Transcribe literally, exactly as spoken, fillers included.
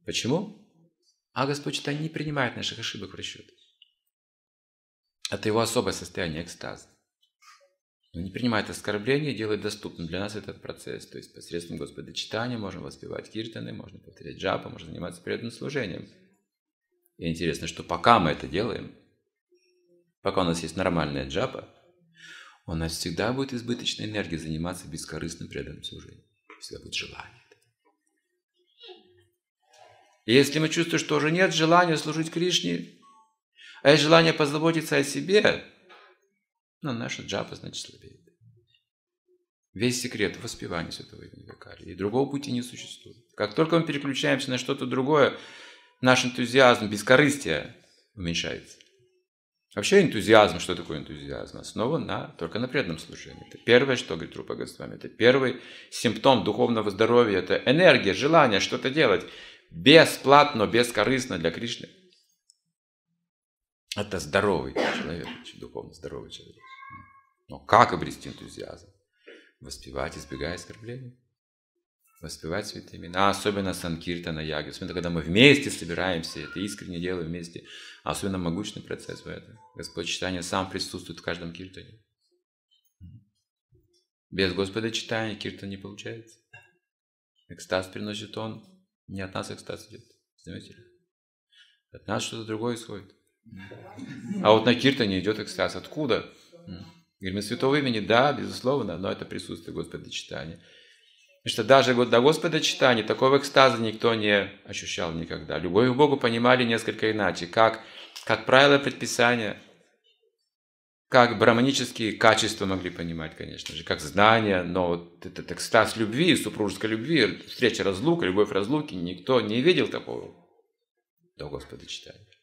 Почему? А Господь читание не принимает наших ошибок в расчет. Это его особое состояние экстаза. Он не принимает оскорбления и делает доступным для нас этот процесс. То есть посредством Господа читания можно воспевать киртаны, можно повторять джапа, можно заниматься преданным служением. И интересно, что пока мы это делаем, пока у нас есть нормальная джапа, у нас всегда будет избыточная энергия заниматься бескорыстным преданным служением. Всегда будет желание. И если мы чувствуем, что уже нет желания служить Кришне, а есть желание позаботиться о себе, ну, наша джапа, значит, слабеет. Весь секрет в воспевании святого имени Вакали. И другого пути не существует. Как только мы переключаемся на что-то другое, наш энтузиазм, бескорыстие уменьшается. Вообще энтузиазм, что такое энтузиазм? Основан на, только на преданном служении. Это первое, что говорит Рупа Госвами. Это первый симптом духовного здоровья. Это энергия, желание что-то делать бесплатно, бескорыстно для Кришны. Это здоровый человек, духовно здоровый человек. Но как обрести энтузиазм? Воспевать, избегая оскорблений. Воспевать святые имена, особенно санкиртана яги. Особенно, когда мы вместе собираемся, это искренне делаем вместе. Особенно могучный процесс в этом. Господь читания сам присутствует в каждом киртане. Без Господа читания киртан не получается. Экстаз приносит Он. Не от нас экстаз идет. Знаете ли? От нас что-то другое исходит. А вот на киртане идет экстаз. Откуда? Говорим, из святого имени, да, безусловно, но это присутствие Господа читания. Потому что даже до Господа читания такого экстаза никто не ощущал никогда. Любовь к Богу понимали несколько иначе. Как, как правило, предписания, как браманические качества могли понимать, конечно же, как знания, но вот этот экстаз любви, супружеской любви, встреча разлука, любовь разлуки, никто не видел такого до Господа читания.